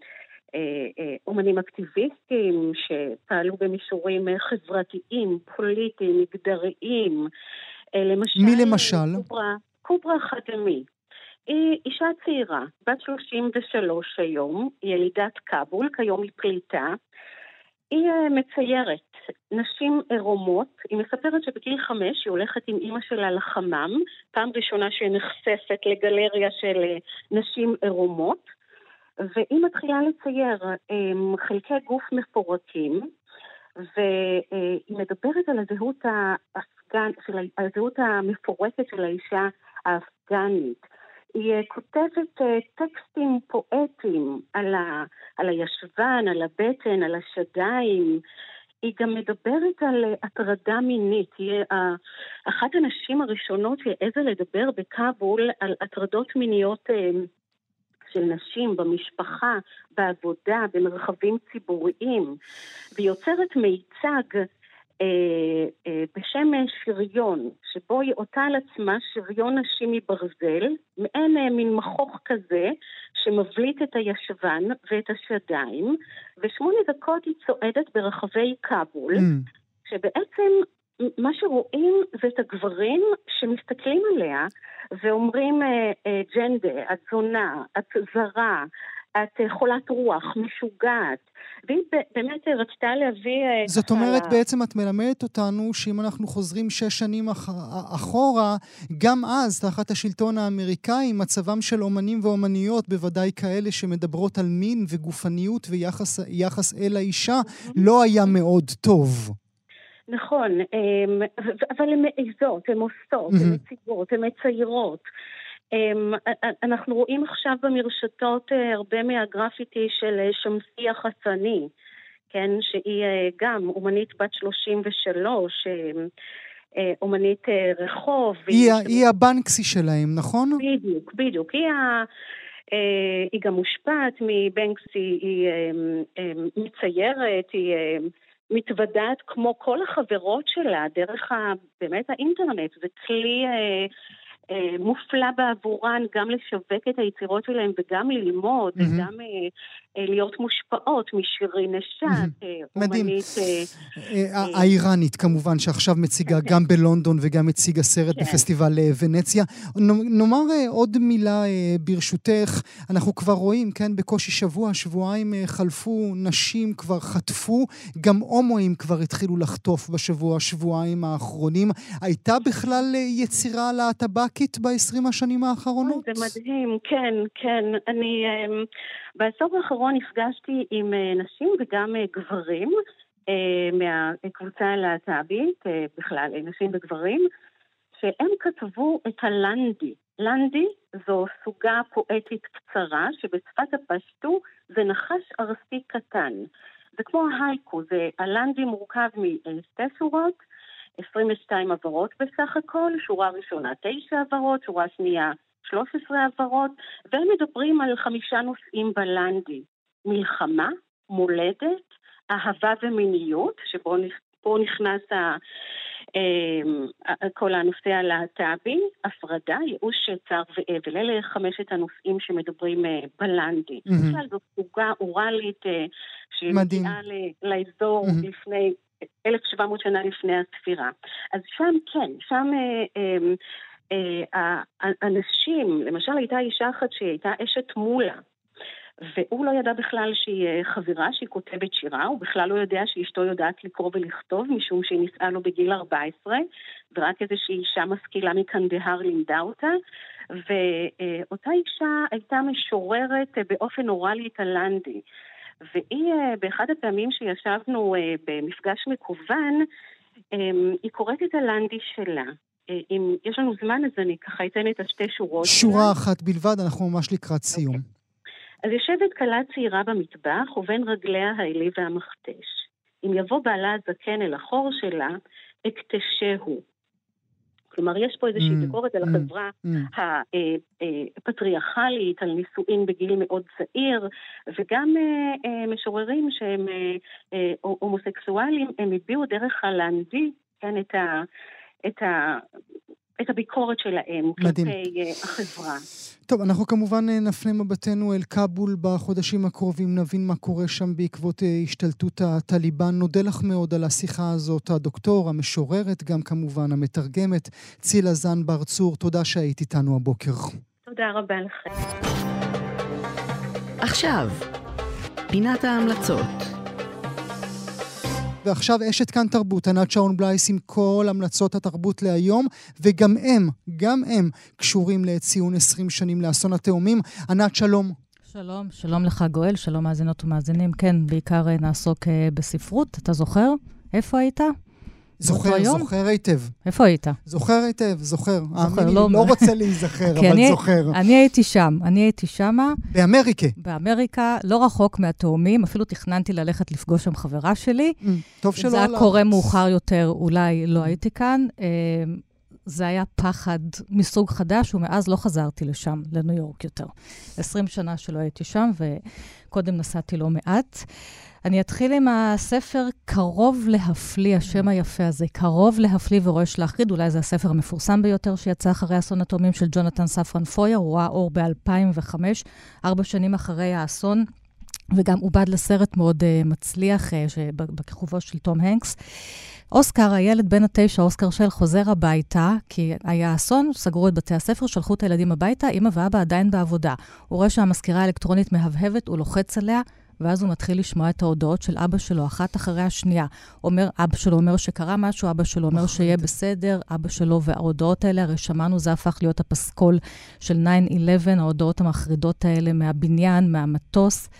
אומנים אקטיביסטים שפעלו במישורים חברתיים, פוליטיים, מגדריים. למשל, מי למשל? קוברה, קוברה חדמי. היא אישה צעירה, בת שלושים ושלוש היום, ילידת קאבול, כיום היא פליטה. היא מציירת נשים עירומות, היא מספרת שבגיל חמש היא הולכת עם אמא שלה לחמם, פעם ראשונה שהיא נחשפת לגלריה של נשים עירומות, והיא מתחילה לצייר חלקי גוף מפורקים, והיא מדברת על הזהות האפגן, של הזהות המפורקת של האישה האפגנית. היא כותבת טקסטים פואטיים על, ה, על הישבן, על הבטן, על השדיים. היא גם מדברת על הטרדה מינית. היא אחת הנשים הראשונות שהעזה לדבר בקאבול על הטרדות מיניות של נשים במשפחה, בעבודה, במרחבים ציבוריים. והיא יוצרת מיצג אה, אה, בשם שריון, שבו היא עוטה על עצמה שריון נשים מברזל, מעין אה, מין מכוך כזה, שמבליט את הישבן ואת השדיים, ושמונה דקות היא צועדת ברחבי קאבול, mm. שבעצם מה שרואים זה את הגברים שמסתכלים עליה, ואומרים, אה, אה, ג'נדה, את זונה, את זרה, את חולת רוח, משוגעת, והיא באמת רצתה להביא... זאת אומרת, בעצם את מלמדת אותנו שאם אנחנו חוזרים שש שנים אחורה, גם אז, תחת השלטון האמריקאי, מצבם של אומנים ואומניות, בוודאי כאלה שמדברות על מין וגופניות ויחס אל האישה, לא היה מאוד טוב. נכון, אבל הן מעיזות, הן עושות, הן מציגות, הן מציירות. אנחנו רואים עכשיו במרשתות הרבה מהגרפיטי של שמסיה חסני, כן, שהיא גם אומנית בת שלושים ושלוש, אומנית רחוב. היא, היא הבנקסי שלהם, נכון? בדיוק, בדיוק. היא, ה, היא גם מושפעת מבנקסי, היא מציירת, היא מתוודעת כמו כל החברות שלה, דרך ה, באמת האינטרנט, זה כלי... מופלא בעבורן גם לשווק את היצירות שלהם וגם ללמוד mm-hmm. וגם אה, להיות מושפעות משירי נשת, mm-hmm. אומנית... אה, אה, האיראנית כמובן שעכשיו מציגה okay. גם בלונדון וגם מציגה סרט okay. בפסטיבל ונציה. נאמר אה, עוד מילה אה, ברשותך, אנחנו כבר רואים, כן, בקושי שבוע, שבועיים אה, חלפו, נשים כבר חטפו, גם הומואים כבר התחילו לחטוף בשבוע, שבועיים האחרונים. הייתה בכלל אה, יצירה להטבק ב-עשרים השנים האחרונות? זה מדהים, כן, כן. אני בעשור האחרון נפגשתי עם נשים וגם גברים מהקבוצה הלהט"בית, בכלל נשים וגברים, שהם כתבו את הלנדי. לנדי זו סוגה פואטית קצרה, שבשפת הפשטו זה נחש ארסי קטן. זה כמו ההייקו, זה הלנדי מורכב משתי שורות, עשרים ושתיים עברות בסך הכל, שורה ראשונה תשע עברות, שורה שנייה שלוש עשרה עברות, והם מדברים על חמישה נושאים בלנדי. מלחמה, מולדת, אהבה ומיניות, שבו פה נכנס ה, כל הנושא הלהט"בי, הפרדה, ייאוש, צער ואבל. אלה חמשת הנושאים שמדברים בלנדי. בכלל זו סוגה אורלית שמגיעה לאזור לפני... אלף שבע מאות שנה לפני הספירה. אז שם כן, שם האנשים, למשל הייתה אישה אחת שהייתה אשת מולה, והוא לא ידע בכלל שהיא חברה, שהיא כותבת שירה, הוא בכלל לא יודע שאשתו יודעת לקרוא ולכתוב, משום שהיא נישאה לו בגיל ארבע עשרה, ורק איזושהי אישה משכילה מקנדהר לימדה אותה, ואותה אישה הייתה משוררת באופן אורלי את הלנדי, והיא, באחד הפעמים שישבנו במפגש מקוון, היא קוראת את הלנדי שלה. אם יש לנו זמן, אז אני ככה אתן את השתי שורות. שורה אחת בלבד, אנחנו ממש לקראת סיום. Okay. אז יושבת כלה צעירה במטבח, ובין רגליה האלי והמכתש. אם יבוא בעלה הזקן אל החור שלה, אקטשהו. כלומר, יש פה איזושהי Mm, ביקורת על mm, החברה mm. הפטריארכלית, על נישואין בגיל מאוד צעיר, וגם אה, אה, משוררים שהם אה, אה, הומוסקסואלים, הם הביאו דרך הלנדי, כן, את ה... את ה את הביקורת שלהם כלפי החברה. טוב, אנחנו כמובן נפנה מבטנו אל קאבול בחודשים הקרובים, נבין מה קורה שם בעקבות השתלטות הטליבן. נודה לך מאוד על השיחה הזאת, הדוקטור, המשוררת, גם כמובן המתרגמת, צילה זן בר צור. תודה שהיית איתנו הבוקר. תודה רבה לכם. עכשיו, פינת ההמלצות. ועכשיו אשת כאן תרבות, ענת שעון בלייס עם כל המלצות התרבות להיום, וגם הם, גם הם, קשורים לציון עשרים שנים לאסון התאומים. ענת, שלום. שלום, שלום לך גואל, שלום מאזינות ומאזינים. כן, בעיקר נעסוק בספרות. אתה זוכר? איפה היית? זוכר, זוכר היטב. איפה היית? זוכר היטב, זוכר. זוכר, אני לא... לא רוצה להיזכר, אבל אני, זוכר. אני הייתי שם, אני הייתי שמה. באמריקה. באמריקה, לא רחוק מהתאומים, אפילו תכננתי ללכת לפגוש שם חברה שלי. Mm, טוב שלא זה הלך. היה קורה מאוחר יותר, אולי לא הייתי כאן. זה היה פחד מסוג חדש, ומאז לא חזרתי לשם, לניו יורק יותר. עשרים שנה שלא הייתי שם, וקודם נסעתי לא מעט. אני אתחיל עם הספר קרוב להפליא, השם היפה הזה, קרוב להפליא ורועש להחריד, אולי זה הספר המפורסם ביותר שיצא אחרי אסון התאומים של ג'ונתן ספרן פויר, הוא ראה אור ב-אלפיים וחמש, ארבע שנים אחרי האסון, וגם עובד לסרט מאוד uh, מצליח uh, בכיכובו של תום הנקס. אוסקר, הילד בן התשע, אוסקר של חוזר הביתה, כי היה אסון, סגרו את בתי הספר, שלחו את הילדים הביתה, אמא ואבא עדיין בעבודה. הוא רואה שהמזכירה האלקטרונית מהבהבת, הוא לוחץ עליה, ואז הוא מתחיל לשמוע את ההודעות של אבא שלו, אחת אחרי השנייה. אומר, אבא שלו אומר שקרה משהו, אבא שלו אומר שיהיה בסדר, אבא שלו, וההודעות האלה, הרי שמענו, זה הפך להיות הפסקול של תשע אחת עשרה, ההודעות המחרידות האלה מהבניין, מהמטוס,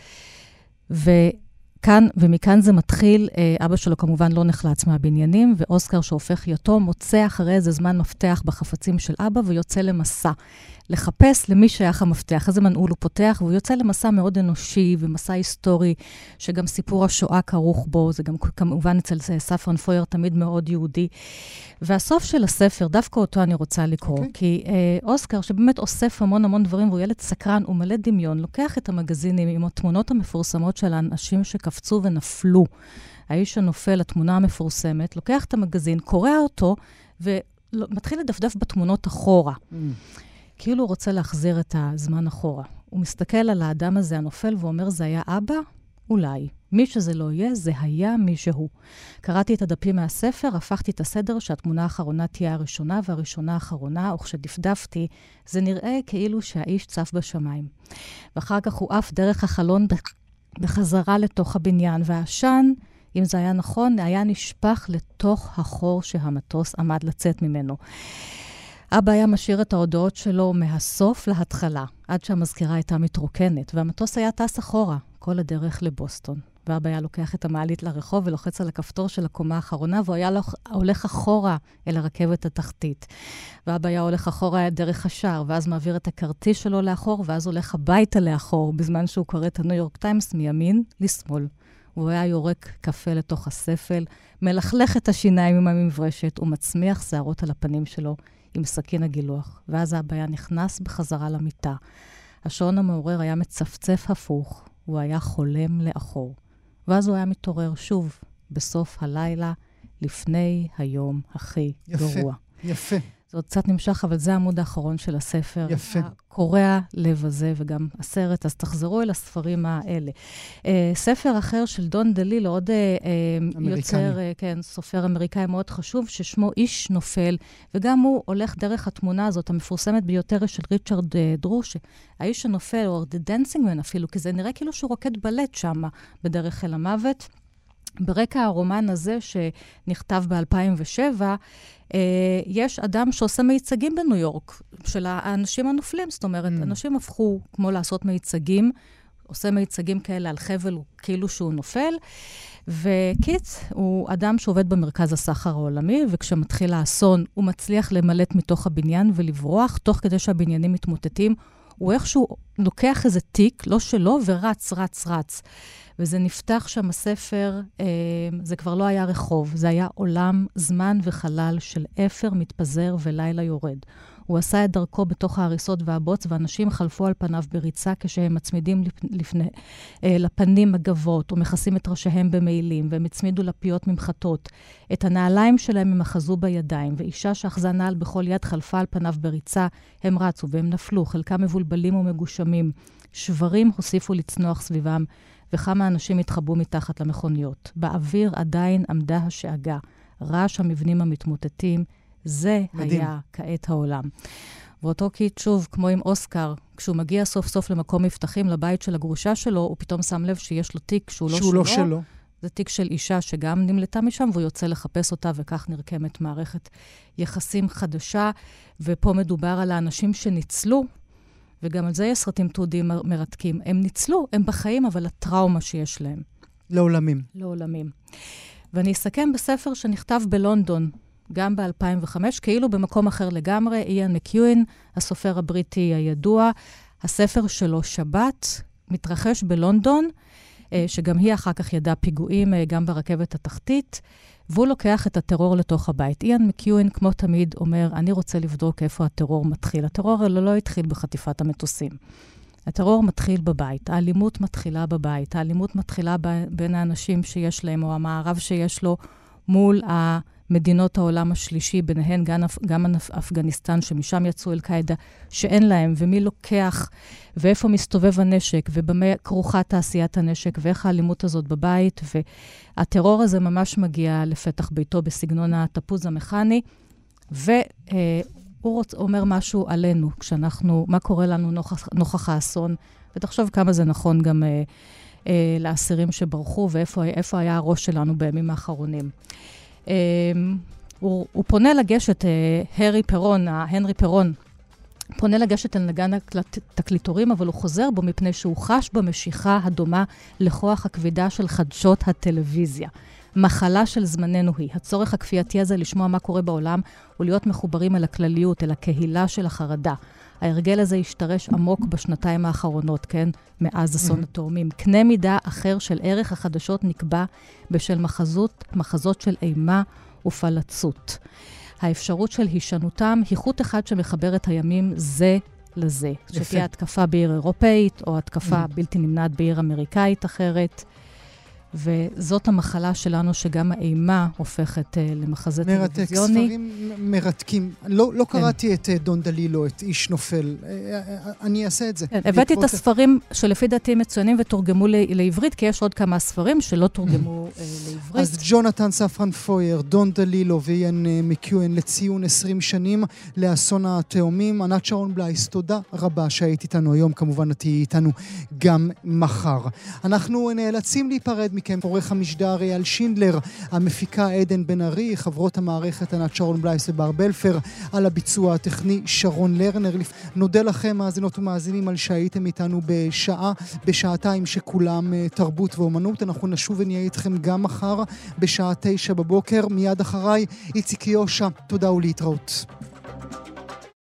וכאן, ומכאן זה מתחיל, אבא שלו כמובן לא נחלץ מהבניינים, ואוסקר שהופך יתום, מוצא אחרי איזה זמן מפתח בחפצים של אבא, ויוצא למסע. לחפש למי שייך המפתח. איזה מנעול הוא פותח, והוא יוצא למסע מאוד אנושי ומסע היסטורי, שגם סיפור השואה כרוך בו, זה גם כמובן אצל ספרן פויר תמיד מאוד יהודי. והסוף של הספר, דווקא אותו אני רוצה לקרוא, okay. כי אה, אוסקר, שבאמת אוסף המון המון דברים, והוא ילד סקרן, הוא מלא דמיון, לוקח את המגזינים עם התמונות המפורסמות של האנשים שקפצו ונפלו. האיש הנופל, התמונה המפורסמת, לוקח את המגזין, קורא אותו, ומתחיל לדפדף בתמונות אחורה. Mm. כאילו הוא רוצה להחזיר את הזמן אחורה. הוא מסתכל על האדם הזה הנופל ואומר, זה היה אבא? אולי. מי שזה לא יהיה, זה היה מי שהוא. קראתי את הדפים מהספר, הפכתי את הסדר שהתמונה האחרונה תהיה הראשונה, והראשונה האחרונה, וכשדפדפתי, זה נראה כאילו שהאיש צף בשמיים. ואחר כך הוא עף דרך החלון בחזרה לתוך הבניין, והעשן, אם זה היה נכון, היה נשפך לתוך החור שהמטוס עמד לצאת ממנו. אבא היה משאיר את ההודעות שלו מהסוף להתחלה, עד שהמזכירה הייתה מתרוקנת, והמטוס היה טס אחורה, כל הדרך לבוסטון. ואבא היה לוקח את המעלית לרחוב ולוחץ על הכפתור של הקומה האחרונה, והוא היה הולך אחורה אל הרכבת התחתית. ואבא היה הולך אחורה דרך השער, ואז מעביר את הכרטיס שלו לאחור, ואז הולך הביתה לאחור, בזמן שהוא קורא את הניו יורק טיימס מימין לשמאל. הוא היה יורק קפה לתוך הספל, מלכלך את השיניים עם המברשת, ומצמיח שערות על הפנים שלו, עם סכין הגילוח, ואז האבא היה נכנס בחזרה למיטה. השעון המעורר היה מצפצף הפוך, הוא היה חולם לאחור. ואז הוא היה מתעורר שוב, בסוף הלילה, לפני היום הכי יפה, גרוע. יפה. זה עוד קצת נמשך, אבל זה העמוד האחרון של הספר. יפה. קורע לב הזה, וגם הסרט, אז תחזרו אל הספרים האלה. Uh, ספר אחר של דון דליל, עוד uh, יוצר, uh, כן, סופר אמריקאי מאוד חשוב, ששמו איש נופל, וגם הוא הולך דרך התמונה הזאת, המפורסמת ביותר של ריצ'רד uh, דרור, שהאיש הנופל, או The Dancing Man אפילו, כי זה נראה כאילו שהוא רוקד בלט שם, בדרך אל המוות. ברקע הרומן הזה, שנכתב ב-אלפיים ושבע, יש אדם שעושה מיצגים בניו יורק, של האנשים הנופלים, זאת אומרת, mm. אנשים הפכו כמו לעשות מיצגים, עושה מיצגים כאלה על חבל, כאילו שהוא נופל, וקיץ הוא אדם שעובד במרכז הסחר העולמי, וכשמתחיל האסון, הוא מצליח למלט מתוך הבניין ולברוח, תוך כדי שהבניינים מתמוטטים, הוא איכשהו לוקח איזה תיק, לא שלו, ורץ, רץ, רץ. וזה נפתח שם הספר, אה, זה כבר לא היה רחוב, זה היה עולם, זמן וחלל של אפר מתפזר ולילה יורד. הוא עשה את דרכו בתוך ההריסות והבוץ, ואנשים חלפו על פניו בריצה כשהם מצמידים לפני, אה, לפנים מגבות, ומכסים את ראשיהם במעילים, והם הצמידו לפיות ממחטות. את הנעליים שלהם הם אחזו בידיים, ואישה שאחזה נעל בכל יד חלפה על פניו בריצה, הם רצו והם נפלו, חלקם מבולבלים ומגושמים. שברים הוסיפו לצנוח סביבם, וכמה אנשים התחבאו מתחת למכוניות. באוויר עדיין עמדה השאגה, רעש המבנים המתמוטטים, זה מדהים. היה כעת העולם. ואותו קיט, שוב, כמו עם אוסקר, כשהוא מגיע סוף סוף למקום מבטחים לבית של הגרושה שלו, הוא פתאום שם לב שיש לו תיק שהוא, שהוא לא, לא שלו. שלו. זה תיק של אישה שגם נמלטה משם, והוא יוצא לחפש אותה, וכך נרקמת מערכת יחסים חדשה. ופה מדובר על האנשים שניצלו, וגם על זה יש סרטים תעודים מרתקים. הם ניצלו, הם בחיים, אבל הטראומה שיש להם. לעולמים. לעולמים. ואני אסכם בספר שנכתב בלונדון, גם ב-אלפיים וחמש, כאילו במקום אחר לגמרי, איאן מקיואן, הסופר הבריטי הידוע. הספר שלו, שבת, מתרחש בלונדון, שגם היא אחר כך ידעה פיגועים גם ברכבת התחתית, והוא לוקח את הטרור לתוך הבית. איאן מקיואן, כמו תמיד, אומר, אני רוצה לבדוק איפה הטרור מתחיל. הטרור הרי לא התחיל בחטיפת המטוסים. הטרור מתחיל בבית, האלימות מתחילה בבית, האלימות מתחילה בין האנשים שיש להם, או המערב שיש לו, מול המדינות העולם השלישי, ביניהן גם, גם אפגניסטן, שמשם יצאו אל-קאעידה, שאין להם, ומי לוקח, ואיפה מסתובב הנשק, ובמה כרוכה תעשיית הנשק, ואיך האלימות הזאת בבית, והטרור הזה ממש מגיע לפתח ביתו בסגנון התפוז המכני, והוא רוצ, אומר משהו עלינו, כשאנחנו, מה קורה לנו נוכח, נוכח האסון, ותחשוב כמה זה נכון גם אה, אה, לאסירים שברחו, ואיפה איפה היה הראש שלנו בימים האחרונים. Uh, הוא, הוא פונה לגשת, uh, הרי פרון, הנרי פרון, פונה לגשת אל נגן התקליטורים, אבל הוא חוזר בו מפני שהוא חש במשיכה הדומה לכוח הכבידה של חדשות הטלוויזיה. מחלה של זמננו היא. הצורך הכפייתי הזה לשמוע מה קורה בעולם, ולהיות מחוברים אל הכלליות, אל הקהילה של החרדה. ההרגל הזה השתרש עמוק בשנתיים האחרונות, כן? מאז אסון התאומים. קנה מידה אחר של ערך החדשות נקבע בשל מחזות, מחזות של אימה ופלצות. האפשרות של הישנותם היא חוט אחד שמחבר את הימים זה לזה. יפה. שתהיה התקפה בעיר אירופאית, או התקפה בלתי נמנעת בעיר אמריקאית אחרת. וזאת המחלה שלנו, שגם האימה הופכת uh, למחזה מרתק, טלוויזיוני. ספרים מרתקים. לא, לא כן. קראתי את uh, דון דלילו, את איש נופל. Uh, uh, אני אעשה את זה. כן, הבאתי את הספרים שלפי דעתי מצוינים ותורגמו ל- לעברית, כי יש עוד כמה ספרים שלא תורגמו uh, לעברית. אז ג'ונתן ספרן פויר, דון דלילו ואיאן uh, מקיואן לציון עשרים שנים לאסון התאומים. ענת שרון בלייס, תודה רבה שהיית איתנו היום. כמובן, תהיי איתנו גם מחר. אנחנו נאלצים להיפרד מכם, עורך המשדר אייל שינדלר, המפיקה עדן בן ארי, חברות המערכת ענת שרון בלייס ובר בלפר, על הביצוע הטכני שרון לרנר. נודה לכם, מאזינות ומאזינים, על שהייתם איתנו בשעה, בשעתיים שכולם תרבות ואומנות. אנחנו נשוב ונהיה איתכם גם מחר בשעה תשע בבוקר. מיד אחריי, איציק יושע. תודה ולהתראות.